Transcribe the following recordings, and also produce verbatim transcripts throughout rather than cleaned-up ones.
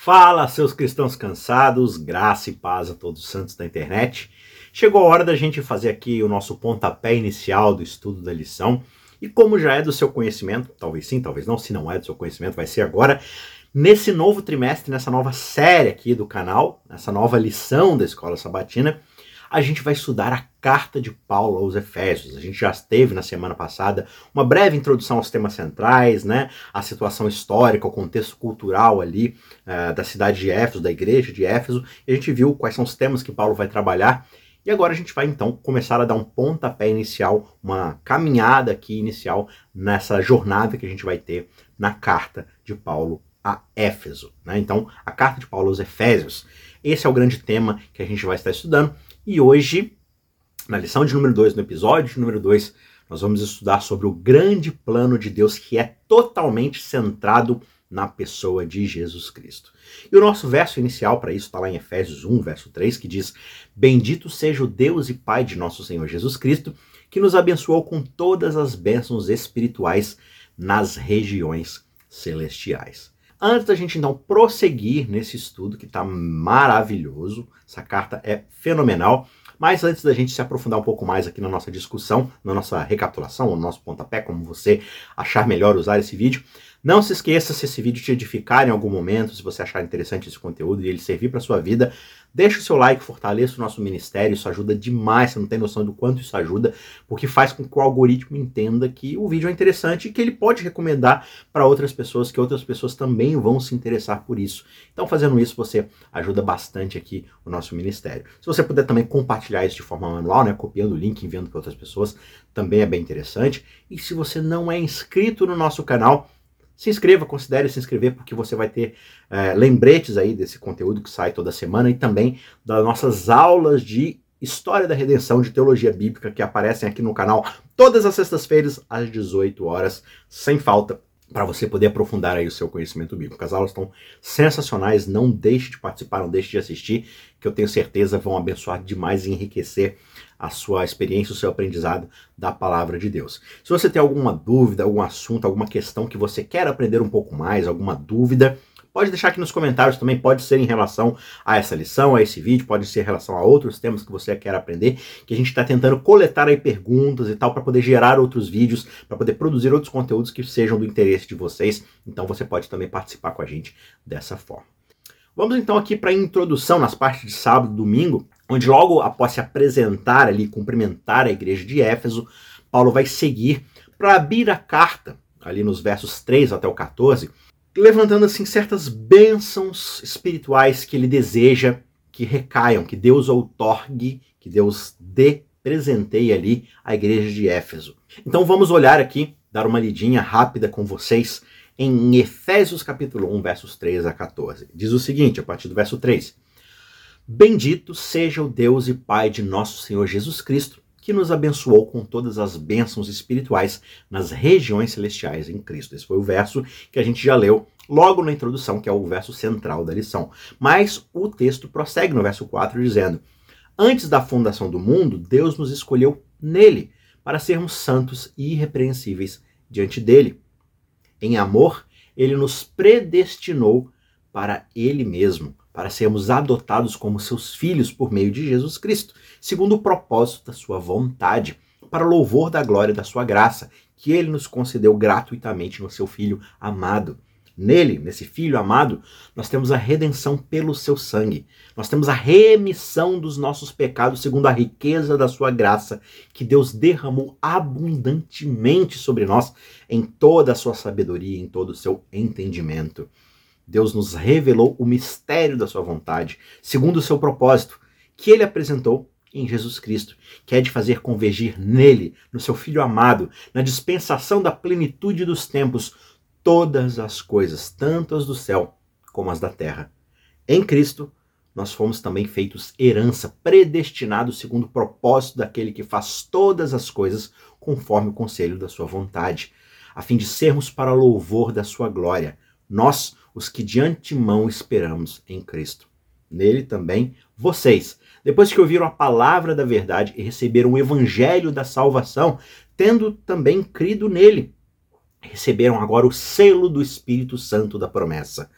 Fala, seus cristãos cansados, graça e paz a todos os santos da internet. Chegou a hora da gente fazer aqui o nosso pontapé inicial do estudo da lição. E como já é do seu conhecimento, talvez sim, talvez não, se não é do seu conhecimento, vai ser agora, nesse novo trimestre, nessa nova série aqui do canal, nessa nova lição da Escola Sabatina, a gente vai estudar a carta de Paulo aos Efésios. A gente já teve na semana passada uma breve introdução aos temas centrais, né? A situação histórica, o contexto cultural ali uh, da cidade de Éfeso, da igreja de Éfeso, e a gente viu quais são os temas que Paulo vai trabalhar. E agora a gente vai então começar a dar um pontapé inicial, uma caminhada aqui inicial nessa jornada que a gente vai ter na carta de Paulo a Éfeso, né? Então, a carta de Paulo aos Efésios. Esse é o grande tema que a gente vai estar estudando. E hoje, na lição de número dois, no episódio de número dois, nós vamos estudar sobre o grande plano de Deus que é totalmente centrado na pessoa de Jesus Cristo. E o nosso verso inicial para isso está lá em Efésios um, verso três, que diz: Bendito seja o Deus e Pai de nosso Senhor Jesus Cristo, que nos abençoou com todas as bênçãos espirituais nas regiões celestiais. Antes da gente então prosseguir nesse estudo que está maravilhoso, essa carta é fenomenal, mas antes da gente se aprofundar um pouco mais aqui na nossa discussão, na nossa recapitulação, no nosso pontapé, como você achar melhor usar esse vídeo, não se esqueça, se esse vídeo te edificar em algum momento, se você achar interessante esse conteúdo e ele servir para sua vida, deixa o seu like, fortaleça o nosso ministério, isso ajuda demais, você não tem noção do quanto isso ajuda, porque faz com que o algoritmo entenda que o vídeo é interessante e que ele pode recomendar para outras pessoas, que outras pessoas também vão se interessar por isso. Então, fazendo isso, você ajuda bastante aqui o nosso ministério. Se você puder também compartilhar isso de forma manual, né, copiando o link e enviando para outras pessoas, também é bem interessante. E se você não é inscrito no nosso canal, se inscreva, considere se inscrever, porque você vai ter é, lembretes aí desse conteúdo que sai toda semana e também das nossas aulas de História da Redenção, de Teologia Bíblica, que aparecem aqui no canal todas as sextas-feiras, às dezoito horas, sem falta, para você poder aprofundar aí o seu conhecimento bíblico. As aulas estão sensacionais, não deixe de participar, não deixe de assistir, que eu tenho certeza vão abençoar demais e enriquecer a sua experiência, o seu aprendizado da palavra de Deus. Se você tem alguma dúvida, algum assunto, alguma questão que você quer aprender um pouco mais, alguma dúvida, pode deixar aqui nos comentários também, pode ser em relação a essa lição, a esse vídeo, pode ser em relação a outros temas que você quer aprender, que a gente está tentando coletar aí perguntas e tal, para poder gerar outros vídeos, para poder produzir outros conteúdos que sejam do interesse de vocês, então você pode também participar com a gente dessa forma. Vamos então aqui para a introdução nas partes de sábado e domingo, onde logo após se apresentar ali, cumprimentar a igreja de Éfeso, Paulo vai seguir para abrir a carta, ali nos versos três até o quatorze, levantando assim certas bênçãos espirituais que ele deseja que recaiam, que Deus outorgue, que Deus dê, presenteie ali a igreja de Éfeso. Então vamos olhar aqui, dar uma lidinha rápida com vocês em Efésios capítulo um, versos três a quatorze. Diz o seguinte, a partir do verso três: Bendito seja o Deus e Pai de nosso Senhor Jesus Cristo, que nos abençoou com todas as bênçãos espirituais nas regiões celestiais em Cristo. Esse foi o verso que a gente já leu logo na introdução, que é o verso central da lição. Mas o texto prossegue no verso quatro dizendo: Antes da fundação do mundo, Deus nos escolheu nele, para sermos santos e irrepreensíveis diante dele. Em amor, ele nos predestinou para ele mesmo, para sermos adotados como seus filhos por meio de Jesus Cristo, segundo o propósito da sua vontade, para louvor da glória da sua graça, que ele nos concedeu gratuitamente no seu Filho amado. Nele, nesse Filho amado, nós temos a redenção pelo seu sangue. Nós temos a remissão dos nossos pecados segundo a riqueza da sua graça, que Deus derramou abundantemente sobre nós em toda a sua sabedoria, em todo o seu entendimento. Deus nos revelou o mistério da sua vontade, segundo o seu propósito, que ele apresentou em Jesus Cristo, que é de fazer convergir nele, no seu Filho amado, na dispensação da plenitude dos tempos, todas as coisas, tanto as do céu como as da terra. Em Cristo, nós fomos também feitos herança, predestinados segundo o propósito daquele que faz todas as coisas conforme o conselho da sua vontade, a fim de sermos para louvor da sua glória, nós, os que de antemão esperamos em Cristo. Nele também vocês, depois que ouviram a palavra da verdade e receberam o evangelho da salvação, tendo também crido nele, receberam agora o selo do Espírito Santo da promessa,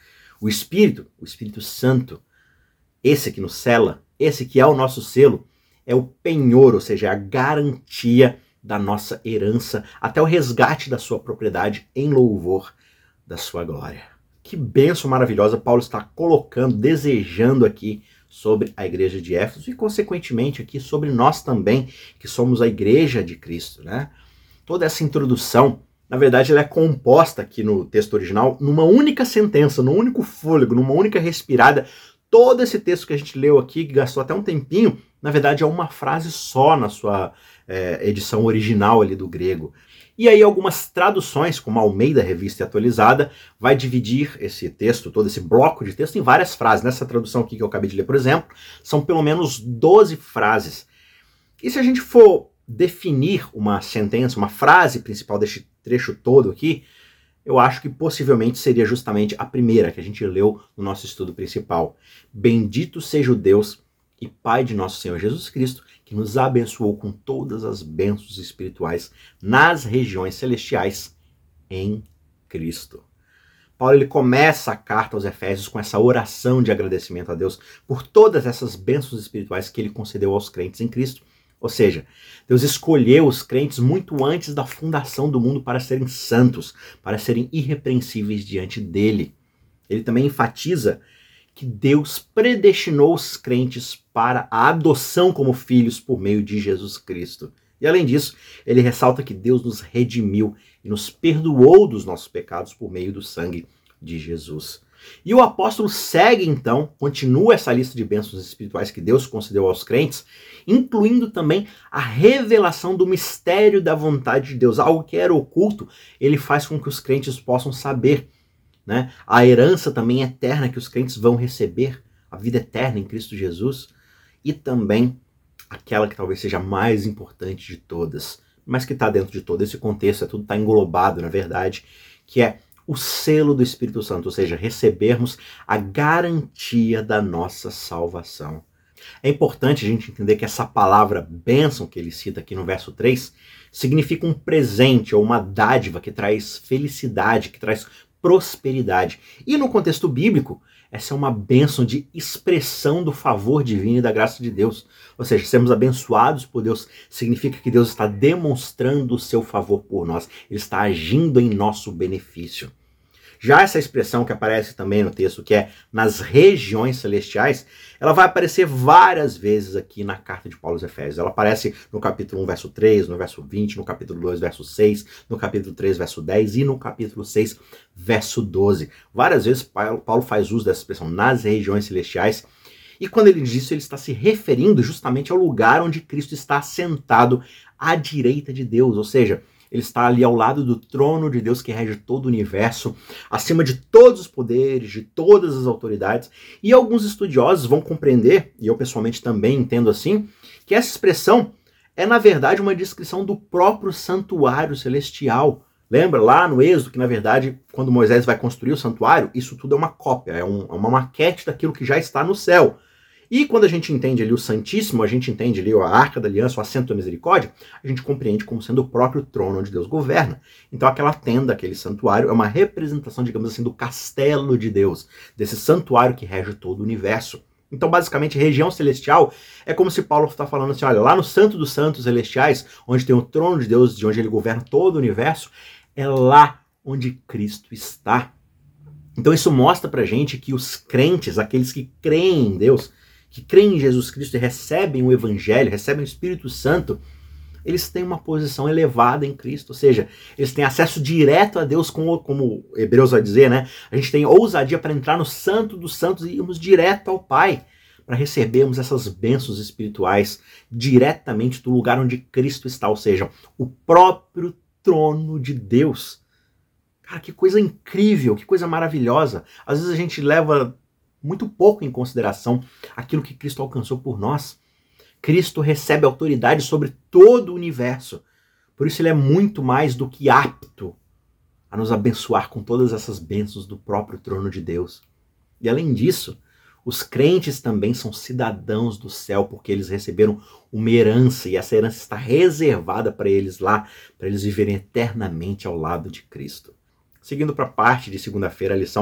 O Espírito, o Espírito Santo, esse que nos cela, esse que é o nosso selo, é o penhor, ou seja, a garantia da nossa herança, até o resgate da sua propriedade em louvor da sua glória. Que bênção maravilhosa Paulo está colocando, desejando aqui sobre a igreja de Éfeso e, consequentemente, aqui sobre nós também, que somos a igreja de Cristo, né? Toda essa introdução, na verdade, ela é composta aqui no texto original numa única sentença, num único fôlego, numa única respirada. Todo esse texto que a gente leu aqui, que gastou até um tempinho, na verdade é uma frase só na sua é, edição original ali do grego. E aí algumas traduções, como a Almeida Revista e Atualizada, vai dividir esse texto, todo esse bloco de texto, em várias frases. Nessa tradução aqui que eu acabei de ler, por exemplo, são pelo menos doze frases. E se a gente for definir uma sentença, uma frase principal deste trecho todo aqui, eu acho que possivelmente seria justamente a primeira que a gente leu no nosso estudo principal. Bendito seja o Deus e Pai de nosso Senhor Jesus Cristo, que nos abençoou com todas as bênçãos espirituais nas regiões celestiais em Cristo. Paulo ele começa a carta aos Efésios com essa oração de agradecimento a Deus por todas essas bênçãos espirituais que ele concedeu aos crentes em Cristo. Ou seja, Deus escolheu os crentes muito antes da fundação do mundo para serem santos, para serem irrepreensíveis diante dele. Ele também enfatiza que Deus predestinou os crentes para a adoção como filhos por meio de Jesus Cristo. E além disso, ele ressalta que Deus nos redimiu e nos perdoou dos nossos pecados por meio do sangue de Jesus. E o apóstolo segue então, continua essa lista de bênçãos espirituais que Deus concedeu aos crentes, incluindo também a revelação do mistério da vontade de Deus, algo que era oculto, ele faz com que os crentes possam saber, né? A herança também eterna que os crentes vão receber, a vida eterna em Cristo Jesus, e também aquela que talvez seja a mais importante de todas, mas que está dentro de todo esse contexto, é tudo está englobado, na verdade, que é o selo do Espírito Santo, ou seja, recebermos a garantia da nossa salvação. É importante a gente entender que essa palavra bênção que ele cita aqui no verso três significa um presente ou uma dádiva que traz felicidade, que traz prosperidade. E no contexto bíblico, essa é uma bênção de expressão do favor divino e da graça de Deus. Ou seja, sermos abençoados por Deus significa que Deus está demonstrando o seu favor por nós. Ele está agindo em nosso benefício. Já essa expressão que aparece também no texto, que é nas regiões celestiais, ela vai aparecer várias vezes aqui na carta de Paulo aos Efésios. Ela aparece no capítulo um, verso três, no verso vinte, no capítulo dois, verso seis, no capítulo três, verso dez e no capítulo seis, verso doze. Várias vezes Paulo faz uso dessa expressão, nas regiões celestiais, e quando ele diz isso, ele está se referindo justamente ao lugar onde Cristo está assentado à direita de Deus, ou seja, ele está ali ao lado do trono de Deus que rege todo o universo, acima de todos os poderes, de todas as autoridades. E alguns estudiosos vão compreender, e eu pessoalmente também entendo assim, que essa expressão é na verdade uma descrição do próprio santuário celestial. Lembra lá no Êxodo que na verdade quando Moisés vai construir o santuário, isso tudo é uma cópia, é, um, é uma maquete daquilo que já está no céu. E quando a gente entende ali o Santíssimo, a gente entende ali a Arca da Aliança, o Assento da Misericórdia, a gente compreende como sendo o próprio trono onde Deus governa. Então aquela tenda, aquele santuário, é uma representação, digamos assim, do castelo de Deus, desse santuário que rege todo o universo. Então, basicamente, região celestial é como se Paulo está falando assim, olha, lá no Santo dos Santos Celestiais, onde tem o trono de Deus, de onde ele governa todo o universo, é lá onde Cristo está. Então isso mostra pra gente que os crentes, aqueles que creem em Deus, que creem em Jesus Cristo e recebem o Evangelho, recebem o Espírito Santo, eles têm uma posição elevada em Cristo, ou seja, eles têm acesso direto a Deus, como, como Hebreus vai dizer, né? A gente tem ousadia para entrar no Santo dos Santos e irmos direto ao Pai, para recebermos essas bênçãos espirituais diretamente do lugar onde Cristo está, ou seja, o próprio trono de Deus. Cara, que coisa incrível, que coisa maravilhosa. Às vezes a gente leva muito pouco em consideração aquilo que Cristo alcançou por nós. Cristo recebe autoridade sobre todo o universo. Por isso ele é muito mais do que apto a nos abençoar com todas essas bênçãos do próprio trono de Deus. E além disso, os crentes também são cidadãos do céu, porque eles receberam uma herança, e essa herança está reservada para eles lá, para eles viverem eternamente ao lado de Cristo. Seguindo para a parte de segunda-feira, a lição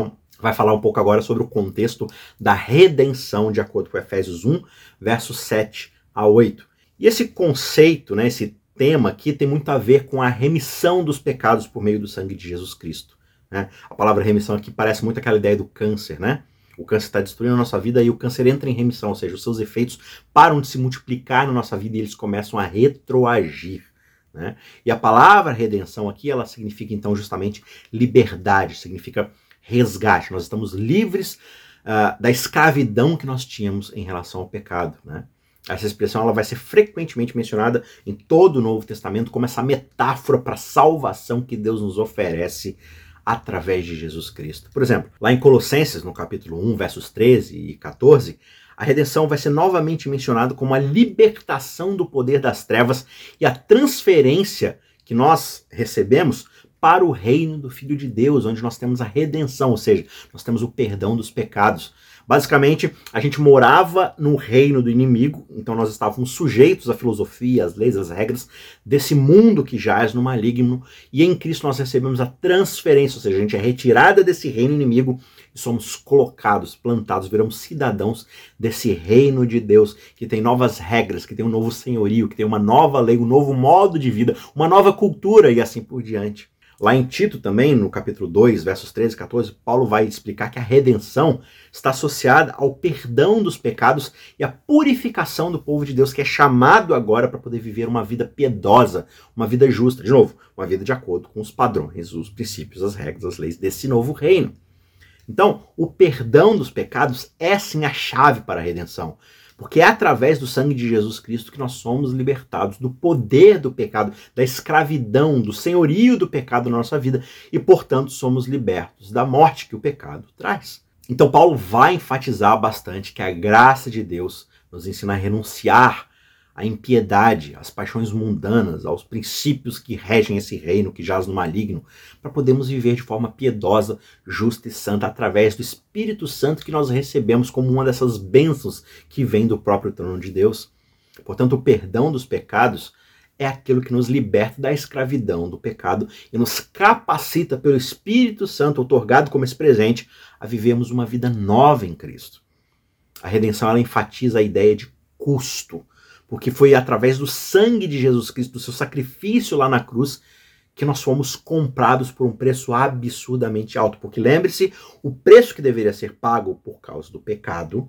vai falar um pouco agora sobre o contexto da redenção, de acordo com Efésios um, versos sete a oito. E esse conceito, né, esse tema aqui tem muito a ver com a remissão dos pecados por meio do sangue de Jesus Cristo, né? A palavra remissão aqui parece muito aquela ideia do câncer, né? O câncer está destruindo a nossa vida e o câncer entra em remissão, ou seja, os seus efeitos param de se multiplicar na nossa vida e eles começam a retroagir, né? E a palavra redenção aqui, ela significa então justamente liberdade, significa resgate. Nós estamos livres uh, da escravidão que nós tínhamos em relação ao pecado, né? Essa expressão ela vai ser frequentemente mencionada em todo o Novo Testamento como essa metáfora para a salvação que Deus nos oferece através de Jesus Cristo. Por exemplo, lá em Colossenses, no capítulo um, versos treze e quatorze, a redenção vai ser novamente mencionada como a libertação do poder das trevas e a transferência que nós recebemos para o reino do Filho de Deus, onde nós temos a redenção, ou seja, nós temos o perdão dos pecados. Basicamente, a gente morava no reino do inimigo, então nós estávamos sujeitos à filosofia, às leis, às regras desse mundo que jaz no maligno, e em Cristo nós recebemos a transferência, ou seja, a gente é retirada desse reino inimigo e somos colocados, plantados, viramos cidadãos desse reino de Deus, que tem novas regras, que tem um novo senhorio, que tem uma nova lei, um novo modo de vida, uma nova cultura e assim por diante. Lá em Tito também, no capítulo dois, versos treze e quatorze, Paulo vai explicar que a redenção está associada ao perdão dos pecados e à purificação do povo de Deus, que é chamado agora para poder viver uma vida piedosa, uma vida justa. De novo, uma vida de acordo com os padrões, os princípios, as regras, as leis desse novo reino. Então, o perdão dos pecados é sim a chave para a redenção. Porque é através do sangue de Jesus Cristo que nós somos libertados do poder do pecado, da escravidão, do senhorio do pecado na nossa vida e, portanto, somos libertos da morte que o pecado traz. Então, Paulo vai enfatizar bastante que a graça de Deus nos ensina a renunciar à impiedade, às paixões mundanas, aos princípios que regem esse reino que jaz no maligno, para podermos viver de forma piedosa, justa e santa, através do Espírito Santo que nós recebemos como uma dessas bênçãos que vem do próprio trono de Deus. Portanto, o perdão dos pecados é aquilo que nos liberta da escravidão do pecado e nos capacita pelo Espírito Santo, outorgado como esse presente, a vivermos uma vida nova em Cristo. A redenção ela enfatiza a ideia de custo, porque foi através do sangue de Jesus Cristo, do seu sacrifício lá na cruz, que nós fomos comprados por um preço absurdamente alto. Porque lembre-se, o preço que deveria ser pago por causa do pecado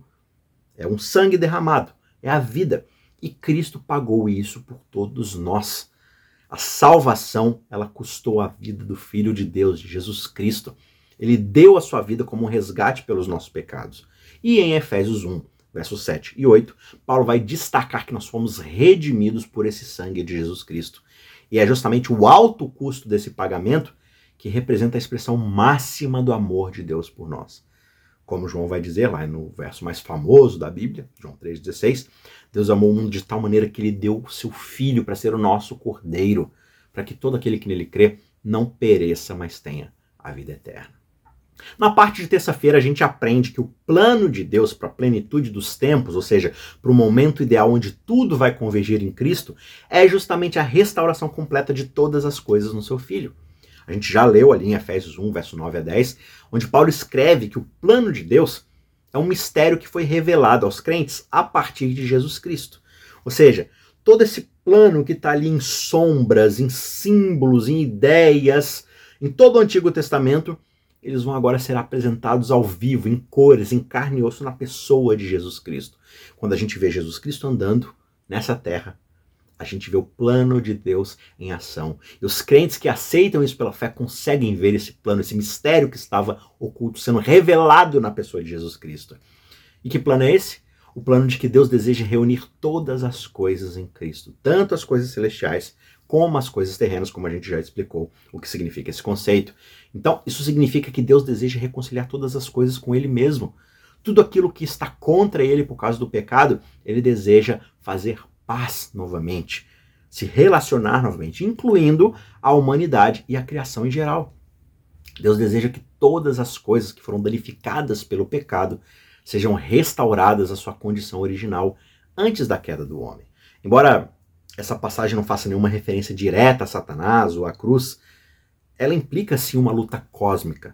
é um sangue derramado, é a vida. E Cristo pagou isso por todos nós. A salvação, ela custou a vida do Filho de Deus, de Jesus Cristo. Ele deu a sua vida como um resgate pelos nossos pecados. E em Efésios um, versos sete e oito, Paulo vai destacar que nós fomos redimidos por esse sangue de Jesus Cristo. E é justamente o alto custo desse pagamento que representa a expressão máxima do amor de Deus por nós. Como João vai dizer lá no verso mais famoso da Bíblia, João três, dezesseis, Deus amou o mundo de tal maneira que ele deu o seu Filho para ser o nosso Cordeiro, para que todo aquele que nele crê não pereça, mas tenha a vida eterna. Na parte de terça-feira a gente aprende que o plano de Deus para a plenitude dos tempos, ou seja, para o momento ideal onde tudo vai convergir em Cristo, é justamente a restauração completa de todas as coisas no seu Filho. A gente já leu ali em Efésios um, verso nove a dez, onde Paulo escreve que o plano de Deus é um mistério que foi revelado aos crentes a partir de Jesus Cristo. Ou seja, todo esse plano que está ali em sombras, em símbolos, em ideias, em todo o Antigo Testamento, eles vão agora ser apresentados ao vivo, em cores, em carne e osso, na pessoa de Jesus Cristo. Quando a gente vê Jesus Cristo andando nessa terra, a gente vê o plano de Deus em ação. E os crentes que aceitam isso pela fé conseguem ver esse plano, esse mistério que estava oculto, sendo revelado na pessoa de Jesus Cristo. E que plano é esse? O plano de que Deus deseja reunir todas as coisas em Cristo, tanto as coisas celestiais como as coisas terrenas, como a gente já explicou o que significa esse conceito. Então, isso significa que Deus deseja reconciliar todas as coisas com Ele mesmo. Tudo aquilo que está contra Ele por causa do pecado, Ele deseja fazer paz novamente, se relacionar novamente, incluindo a humanidade e a criação em geral. Deus deseja que todas as coisas que foram danificadas pelo pecado sejam restauradas à sua condição original antes da queda do homem. Embora essa passagem não faça nenhuma referência direta a Satanás ou à cruz, ela implica sim uma luta cósmica.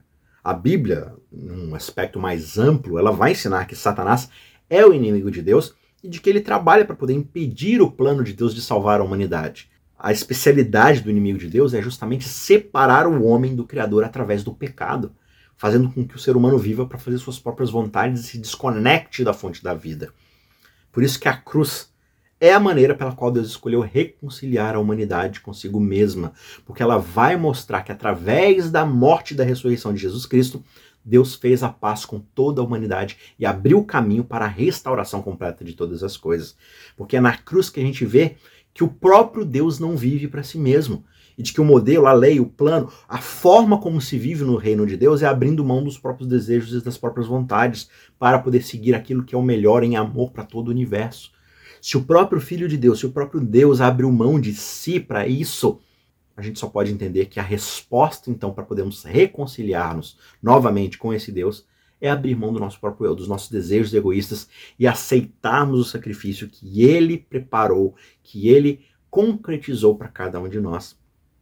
A Bíblia, num aspecto mais amplo, ela vai ensinar que Satanás é o inimigo de Deus e de que ele trabalha para poder impedir o plano de Deus de salvar a humanidade. A especialidade do inimigo de Deus é justamente separar o homem do Criador através do pecado, fazendo com que o ser humano viva para fazer suas próprias vontades e se desconecte da fonte da vida. Por isso que a cruz é a maneira pela qual Deus escolheu reconciliar a humanidade consigo mesma, porque ela vai mostrar que através da morte e da ressurreição de Jesus Cristo, Deus fez a paz com toda a humanidade e abriu o caminho para a restauração completa de todas as coisas. Porque é na cruz que a gente vê que o próprio Deus não vive para si mesmo, e de que o modelo, a lei, o plano, a forma como se vive no reino de Deus é abrindo mão dos próprios desejos e das próprias vontades para poder seguir aquilo que é o melhor em amor para todo o universo. Se o próprio Filho de Deus, se o próprio Deus abriu mão de si para isso, a gente só pode entender que a resposta, então, para podermos reconciliar-nos novamente com esse Deus é abrir mão do nosso próprio eu, dos nossos desejos egoístas e aceitarmos o sacrifício que Ele preparou, que Ele concretizou para cada um de nós.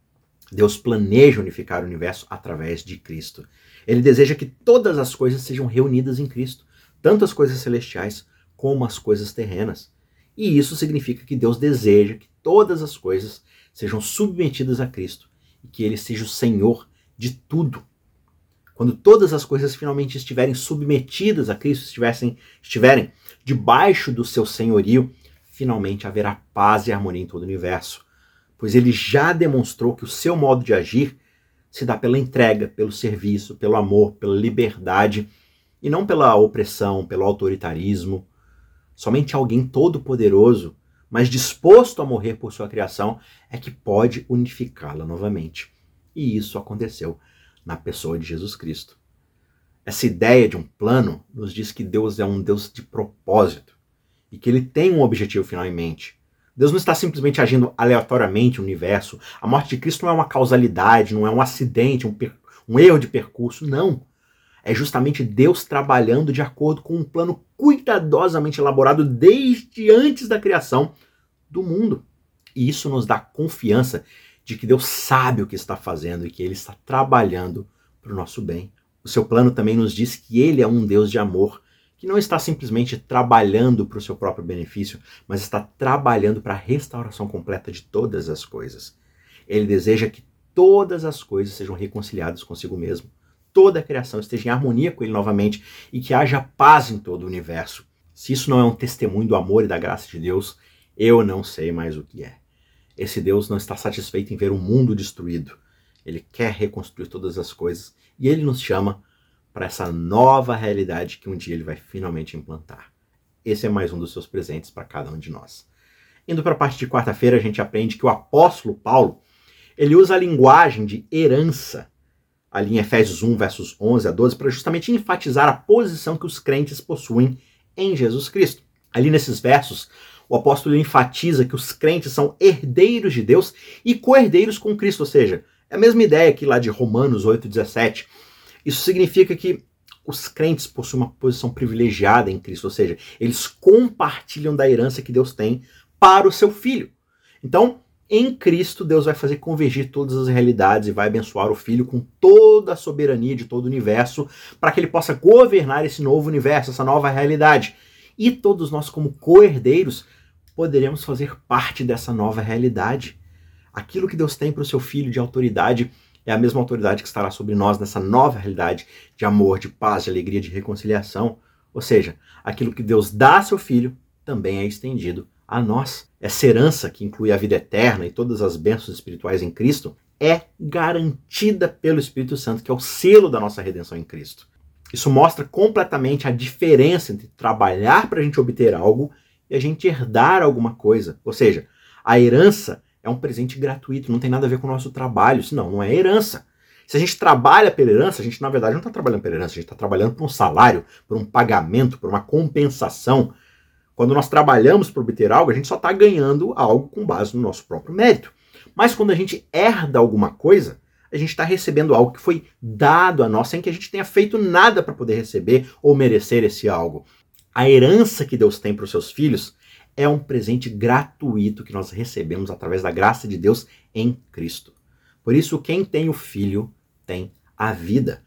Deus planeja unificar o universo através de Cristo. Ele deseja que todas as coisas sejam reunidas em Cristo, tanto as coisas celestiais como as coisas terrenas. E isso significa que Deus deseja que todas as coisas sejam submetidas a Cristo e que Ele seja o Senhor de tudo. Quando todas as coisas finalmente estiverem submetidas a Cristo, estivessem, estiverem debaixo do seu senhorio, finalmente haverá paz e harmonia em todo o universo. Pois Ele já demonstrou que o seu modo de agir se dá pela entrega, pelo serviço, pelo amor, pela liberdade, e não pela opressão, pelo autoritarismo. Somente alguém todo-poderoso, mas disposto a morrer por sua criação, é que pode unificá-la novamente. E isso aconteceu na pessoa de Jesus Cristo. Essa ideia de um plano nos diz que Deus é um Deus de propósito e que Ele tem um objetivo final em mente. Deus não está simplesmente agindo aleatoriamente no universo. A morte de Cristo não é uma causalidade, não é um acidente, um, per... um erro de percurso, não. É justamente Deus trabalhando de acordo com um plano cuidadosamente elaborado desde antes da criação do mundo. E isso nos dá confiança de que Deus sabe o que está fazendo e que Ele está trabalhando para o nosso bem. O seu plano também nos diz que Ele é um Deus de amor, que não está simplesmente trabalhando para o seu próprio benefício, mas está trabalhando para a restauração completa de todas as coisas. Ele deseja que todas as coisas sejam reconciliadas consigo mesmo, toda a criação esteja em harmonia com Ele novamente e que haja paz em todo o universo. Se isso não é um testemunho do amor e da graça de Deus, eu não sei mais o que é. Esse Deus não está satisfeito em ver o mundo destruído. Ele quer reconstruir todas as coisas e Ele nos chama para essa nova realidade que um dia Ele vai finalmente implantar. Esse é mais um dos seus presentes para cada um de nós. Indo para a parte de quarta-feira, a gente aprende que o apóstolo Paulo, ele usa a linguagem de herança, ali em Efésios um, versos onze a doze, para justamente enfatizar a posição que os crentes possuem em Jesus Cristo. Ali nesses versos, o apóstolo enfatiza que os crentes são herdeiros de Deus e co-herdeiros com Cristo, ou seja, é a mesma ideia aqui lá de Romanos oito, dezessete. Isso significa que os crentes possuem uma posição privilegiada em Cristo, ou seja, eles compartilham da herança que Deus tem para o seu Filho. Então, em Cristo, Deus vai fazer convergir todas as realidades e vai abençoar o Filho com toda a soberania de todo o universo para que ele possa governar esse novo universo, essa nova realidade. E todos nós, como co-herdeiros, poderemos fazer parte dessa nova realidade. Aquilo que Deus tem para o seu Filho de autoridade é a mesma autoridade que estará sobre nós nessa nova realidade de amor, de paz, de alegria, de reconciliação. Ou seja, aquilo que Deus dá a seu Filho também é estendido a nós. Essa herança, que inclui a vida eterna e todas as bênçãos espirituais em Cristo, é garantida pelo Espírito Santo, que é o selo da nossa redenção em Cristo. Isso mostra completamente a diferença entre trabalhar para a gente obter algo e a gente herdar alguma coisa. Ou seja, a herança é um presente gratuito, não tem nada a ver com o nosso trabalho, senão não é herança. Se a gente trabalha pela herança, a gente na verdade não está trabalhando pela herança, a gente está trabalhando por um salário, por um pagamento, por uma compensação. Quando nós trabalhamos para obter algo, a gente só está ganhando algo com base no nosso próprio mérito. Mas quando a gente herda alguma coisa, a gente está recebendo algo que foi dado a nós sem que a gente tenha feito nada para poder receber ou merecer esse algo. A herança que Deus tem para os seus filhos é um presente gratuito que nós recebemos através da graça de Deus em Cristo. Por isso, quem tem o Filho tem a vida.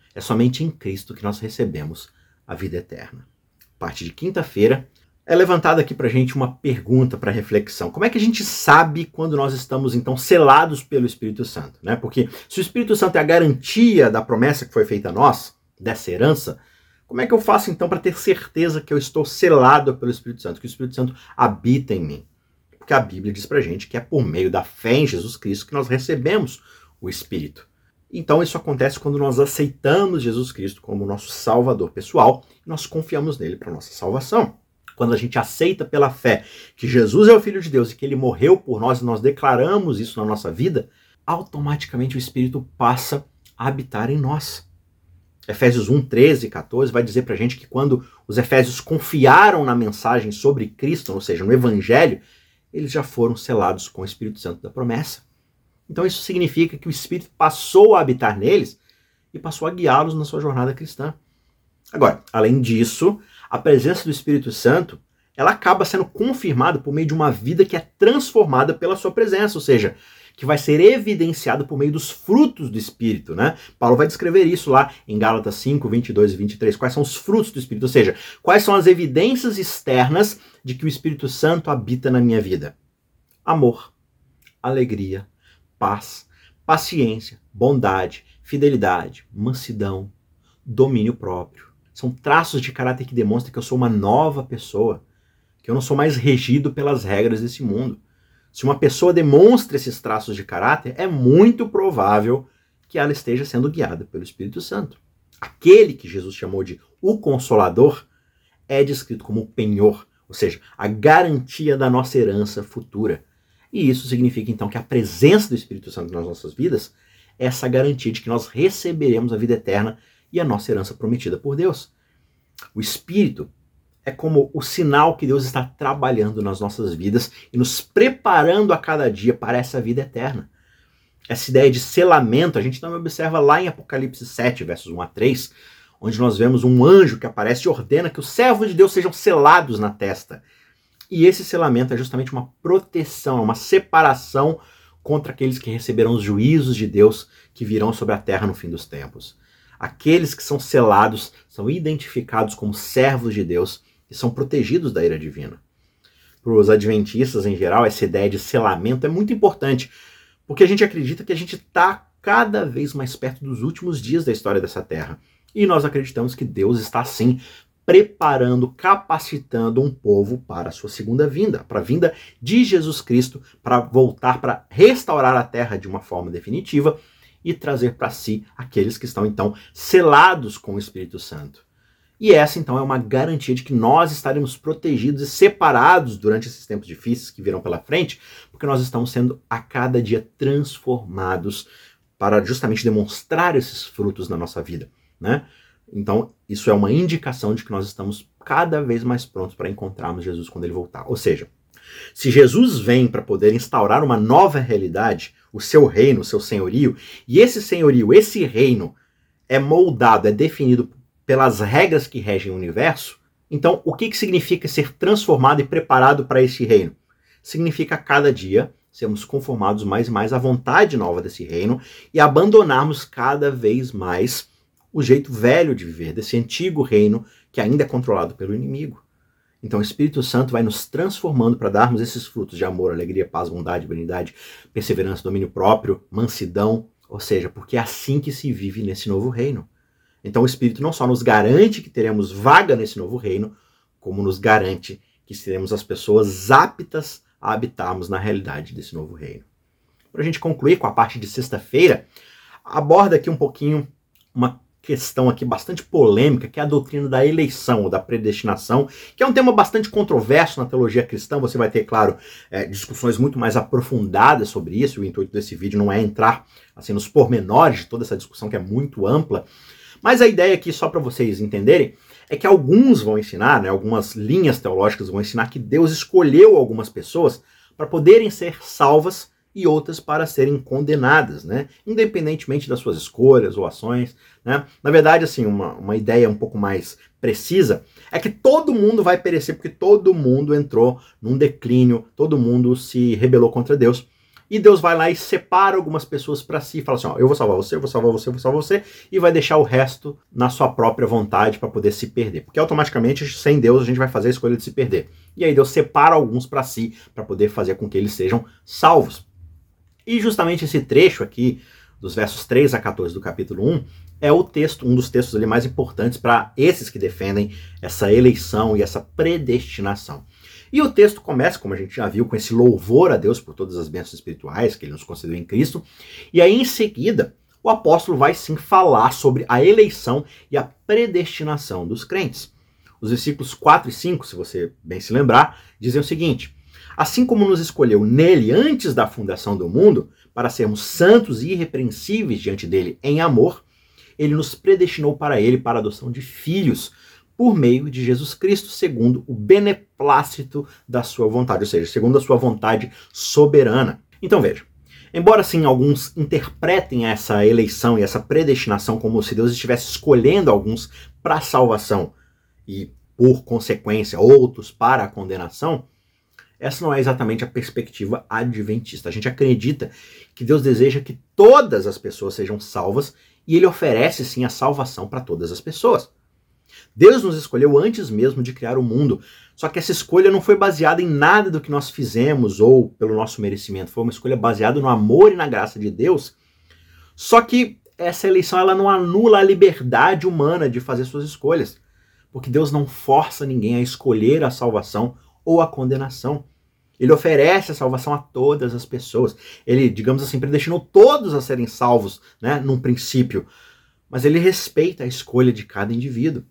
É somente em Cristo que nós recebemos a vida eterna. Parte de quinta-feira é levantada aqui para a gente uma pergunta para reflexão. Como é que a gente sabe quando nós estamos, então, selados pelo Espírito Santo? Né? Porque se o Espírito Santo é a garantia da promessa que foi feita a nós, dessa herança, como é que eu faço, então, para ter certeza que eu estou selado pelo Espírito Santo, que o Espírito Santo habita em mim? Porque a Bíblia diz para a gente que é por meio da fé em Jesus Cristo que nós recebemos o Espírito. Então isso acontece quando nós aceitamos Jesus Cristo como nosso Salvador pessoal e nós confiamos nele para a nossa salvação. Quando a gente aceita pela fé que Jesus é o Filho de Deus e que ele morreu por nós e nós declaramos isso na nossa vida, automaticamente o Espírito passa a habitar em nós. Efésios um, treze e quatorze vai dizer para a gente que quando os efésios confiaram na mensagem sobre Cristo, ou seja, no Evangelho, eles já foram selados com o Espírito Santo da promessa. Então isso significa que o Espírito passou a habitar neles e passou a guiá-los na sua jornada cristã. Agora, além disso, a presença do Espírito Santo, ela acaba sendo confirmada por meio de uma vida que é transformada pela sua presença, ou seja, que vai ser evidenciada por meio dos frutos do Espírito, né? Paulo vai descrever isso lá em Gálatas cinco, vinte e dois e vinte e três. Quais são os frutos do Espírito? Ou seja, quais são as evidências externas de que o Espírito Santo habita na minha vida? Amor, alegria, paz, paciência, bondade, fidelidade, mansidão, domínio próprio. São traços de caráter que demonstram que eu sou uma nova pessoa, que eu não sou mais regido pelas regras desse mundo. Se uma pessoa demonstra esses traços de caráter, é muito provável que ela esteja sendo guiada pelo Espírito Santo. Aquele que Jesus chamou de o Consolador é descrito como o penhor, ou seja, a garantia da nossa herança futura. E isso significa, então, que a presença do Espírito Santo nas nossas vidas é essa garantia de que nós receberemos a vida eterna e a nossa herança prometida por Deus. O Espírito é como o sinal que Deus está trabalhando nas nossas vidas e nos preparando a cada dia para essa vida eterna. Essa ideia de selamento, a gente também observa lá em Apocalipse sete, versos um a três, onde nós vemos um anjo que aparece e ordena que os servos de Deus sejam selados na testa. E esse selamento é justamente uma proteção, uma separação contra aqueles que receberão os juízos de Deus que virão sobre a terra no fim dos tempos. Aqueles que são selados são identificados como servos de Deus e são protegidos da ira divina. Para os adventistas em geral, essa ideia de selamento é muito importante, porque a gente acredita que a gente está cada vez mais perto dos últimos dias da história dessa terra. E nós acreditamos que Deus está, sim, preparando, capacitando um povo para a sua segunda vinda, para a vinda de Jesus Cristo, para voltar, para restaurar a terra de uma forma definitiva e trazer para si aqueles que estão, então, selados com o Espírito Santo. E essa, então, é uma garantia de que nós estaremos protegidos e separados durante esses tempos difíceis que virão pela frente, porque nós estamos sendo a cada dia transformados para justamente demonstrar esses frutos na nossa vida, né? Então, isso é uma indicação de que nós estamos cada vez mais prontos para encontrarmos Jesus quando ele voltar. Ou seja, se Jesus vem para poder instaurar uma nova realidade, o seu reino, o seu senhorio, e esse senhorio, esse reino é moldado, é definido pelas regras que regem o universo, então o que, que significa ser transformado e preparado para esse reino? Significa cada dia sermos conformados mais e mais à vontade nova desse reino e abandonarmos cada vez mais o jeito velho de viver, desse antigo reino que ainda é controlado pelo inimigo. Então o Espírito Santo vai nos transformando para darmos esses frutos de amor, alegria, paz, bondade, benignidade, perseverança, domínio próprio, mansidão, ou seja, porque é assim que se vive nesse novo reino. Então o Espírito não só nos garante que teremos vaga nesse novo reino, como nos garante que seremos as pessoas aptas a habitarmos na realidade desse novo reino. Para a gente concluir com a parte de sexta-feira, aborda aqui um pouquinho uma questão aqui bastante polêmica, que é a doutrina da eleição, ou da predestinação, que é um tema bastante controverso na teologia cristã. Você vai ter, claro, é, discussões muito mais aprofundadas sobre isso. O intuito desse vídeo não é entrar assim, nos pormenores de toda essa discussão, que é muito ampla, mas a ideia aqui, só para vocês entenderem, é que alguns vão ensinar, né, algumas linhas teológicas vão ensinar que Deus escolheu algumas pessoas para poderem ser salvas e outras para serem condenadas, né? Independentemente das suas escolhas ou ações, né? Na verdade, assim, uma, uma ideia um pouco mais precisa é que todo mundo vai perecer porque todo mundo entrou num declínio, todo mundo se rebelou contra Deus. E Deus vai lá e separa algumas pessoas para si, e fala assim, ó, eu vou salvar você, eu vou salvar você, eu vou salvar você, e vai deixar o resto na sua própria vontade para poder se perder. Porque automaticamente, sem Deus, a gente vai fazer a escolha de se perder. E aí Deus separa alguns para si, para poder fazer com que eles sejam salvos. E justamente esse trecho aqui, dos versos três a quatorze do capítulo um, é o texto, um dos textos ali mais importantes para esses que defendem essa eleição e essa predestinação. E o texto começa, como a gente já viu, com esse louvor a Deus por todas as bênçãos espirituais que ele nos concedeu em Cristo. E aí, em seguida, o apóstolo vai sim falar sobre a eleição e a predestinação dos crentes. Os versículos quatro e cinco, se você bem se lembrar, dizem o seguinte: assim como nos escolheu nele antes da fundação do mundo, para sermos santos e irrepreensíveis diante dele em amor, ele nos predestinou para ele para a adoção de filhos, por meio de Jesus Cristo, segundo o beneplácito da sua vontade, ou seja, segundo a sua vontade soberana. Então veja, embora sim alguns interpretem essa eleição e essa predestinação como se Deus estivesse escolhendo alguns para a salvação e, por consequência, outros para a condenação, essa não é exatamente a perspectiva adventista. A gente acredita que Deus deseja que todas as pessoas sejam salvas e ele oferece sim a salvação para todas as pessoas. Deus nos escolheu antes mesmo de criar o mundo, só que essa escolha não foi baseada em nada do que nós fizemos ou pelo nosso merecimento, foi uma escolha baseada no amor e na graça de Deus. Só que essa eleição ela não anula a liberdade humana de fazer suas escolhas, porque Deus não força ninguém a escolher a salvação ou a condenação. Ele oferece a salvação a todas as pessoas. Ele, digamos assim, predestinou todos a serem salvos, né, num princípio, mas ele respeita a escolha de cada indivíduo.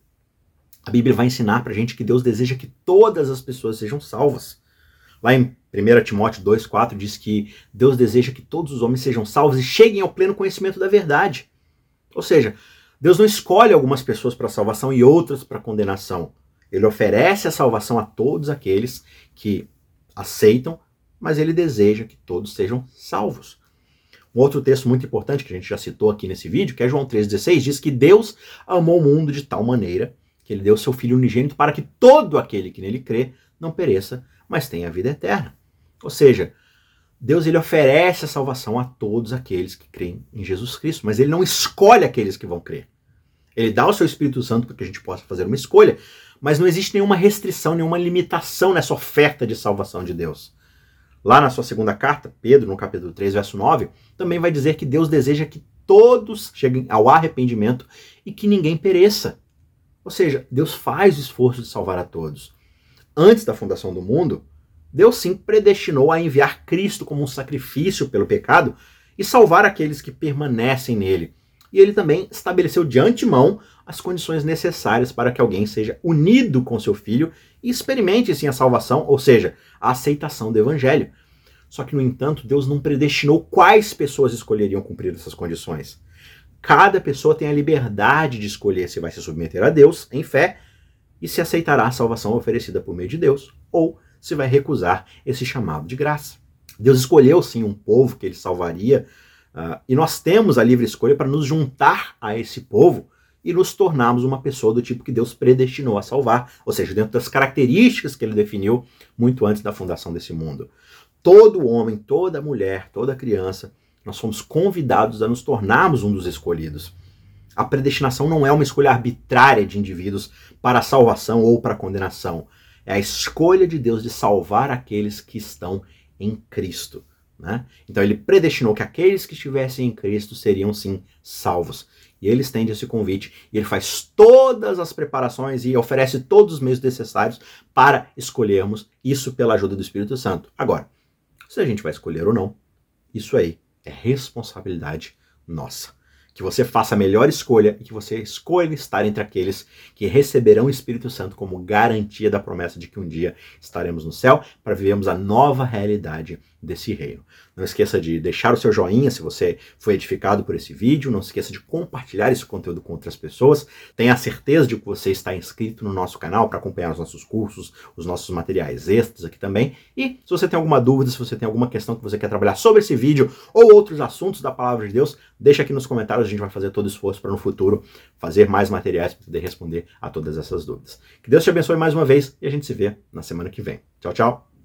A Bíblia vai ensinar pra gente que Deus deseja que todas as pessoas sejam salvas. Lá em primeira Timóteo dois, quatro diz que Deus deseja que todos os homens sejam salvos e cheguem ao pleno conhecimento da verdade. Ou seja, Deus não escolhe algumas pessoas para salvação e outras para condenação. Ele oferece a salvação a todos aqueles que aceitam, mas ele deseja que todos sejam salvos. Um outro texto muito importante que a gente já citou aqui nesse vídeo, que é João três, dezesseis, diz que Deus amou o mundo de tal maneira que ele deu seu Filho unigênito para que todo aquele que nele crê não pereça, mas tenha a vida eterna. Ou seja, Deus ele oferece a salvação a todos aqueles que creem em Jesus Cristo, mas ele não escolhe aqueles que vão crer. Ele dá o seu Espírito Santo para que a gente possa fazer uma escolha, mas não existe nenhuma restrição, nenhuma limitação nessa oferta de salvação de Deus. Lá na sua segunda carta, Pedro, no capítulo três, verso nove, também vai dizer que Deus deseja que todos cheguem ao arrependimento e que ninguém pereça. Ou seja, Deus faz o esforço de salvar a todos. Antes da fundação do mundo, Deus sim predestinou a enviar Cristo como um sacrifício pelo pecado e salvar aqueles que permanecem nele. E ele também estabeleceu de antemão as condições necessárias para que alguém seja unido com seu Filho e experimente sim a salvação, ou seja, a aceitação do Evangelho. Só que, no entanto, Deus não predestinou quais pessoas escolheriam cumprir essas condições. Cada pessoa tem a liberdade de escolher se vai se submeter a Deus em fé e se aceitará a salvação oferecida por meio de Deus, ou se vai recusar esse chamado de graça. Deus escolheu sim um povo que ele salvaria, uh, e nós temos a livre escolha para nos juntar a esse povo e nos tornarmos uma pessoa do tipo que Deus predestinou a salvar, ou seja, dentro das características que ele definiu muito antes da fundação desse mundo. Todo homem, toda mulher, toda criança, nós fomos convidados a nos tornarmos um dos escolhidos. A predestinação não é uma escolha arbitrária de indivíduos para a salvação ou para a condenação. É a escolha de Deus de salvar aqueles que estão em Cristo, né? Então ele predestinou que aqueles que estivessem em Cristo seriam sim salvos. E ele estende esse convite e ele faz todas as preparações e oferece todos os meios necessários para escolhermos isso pela ajuda do Espírito Santo. Agora, se a gente vai escolher ou não, isso aí é responsabilidade nossa. Que você faça a melhor escolha e que você escolha estar entre aqueles que receberão o Espírito Santo como garantia da promessa de que um dia estaremos no céu para vivermos a nova realidade desse reino. Não esqueça de deixar o seu joinha se você foi edificado por esse vídeo. Não esqueça de compartilhar esse conteúdo com outras pessoas. Tenha a certeza de que você está inscrito no nosso canal para acompanhar os nossos cursos, os nossos materiais extras aqui também. E se você tem alguma dúvida, se você tem alguma questão que você quer trabalhar sobre esse vídeo ou outros assuntos da Palavra de Deus, deixa aqui nos comentários. A gente vai fazer todo o esforço para no futuro fazer mais materiais para poder responder a todas essas dúvidas. Que Deus te abençoe mais uma vez e a gente se vê na semana que vem. Tchau, tchau!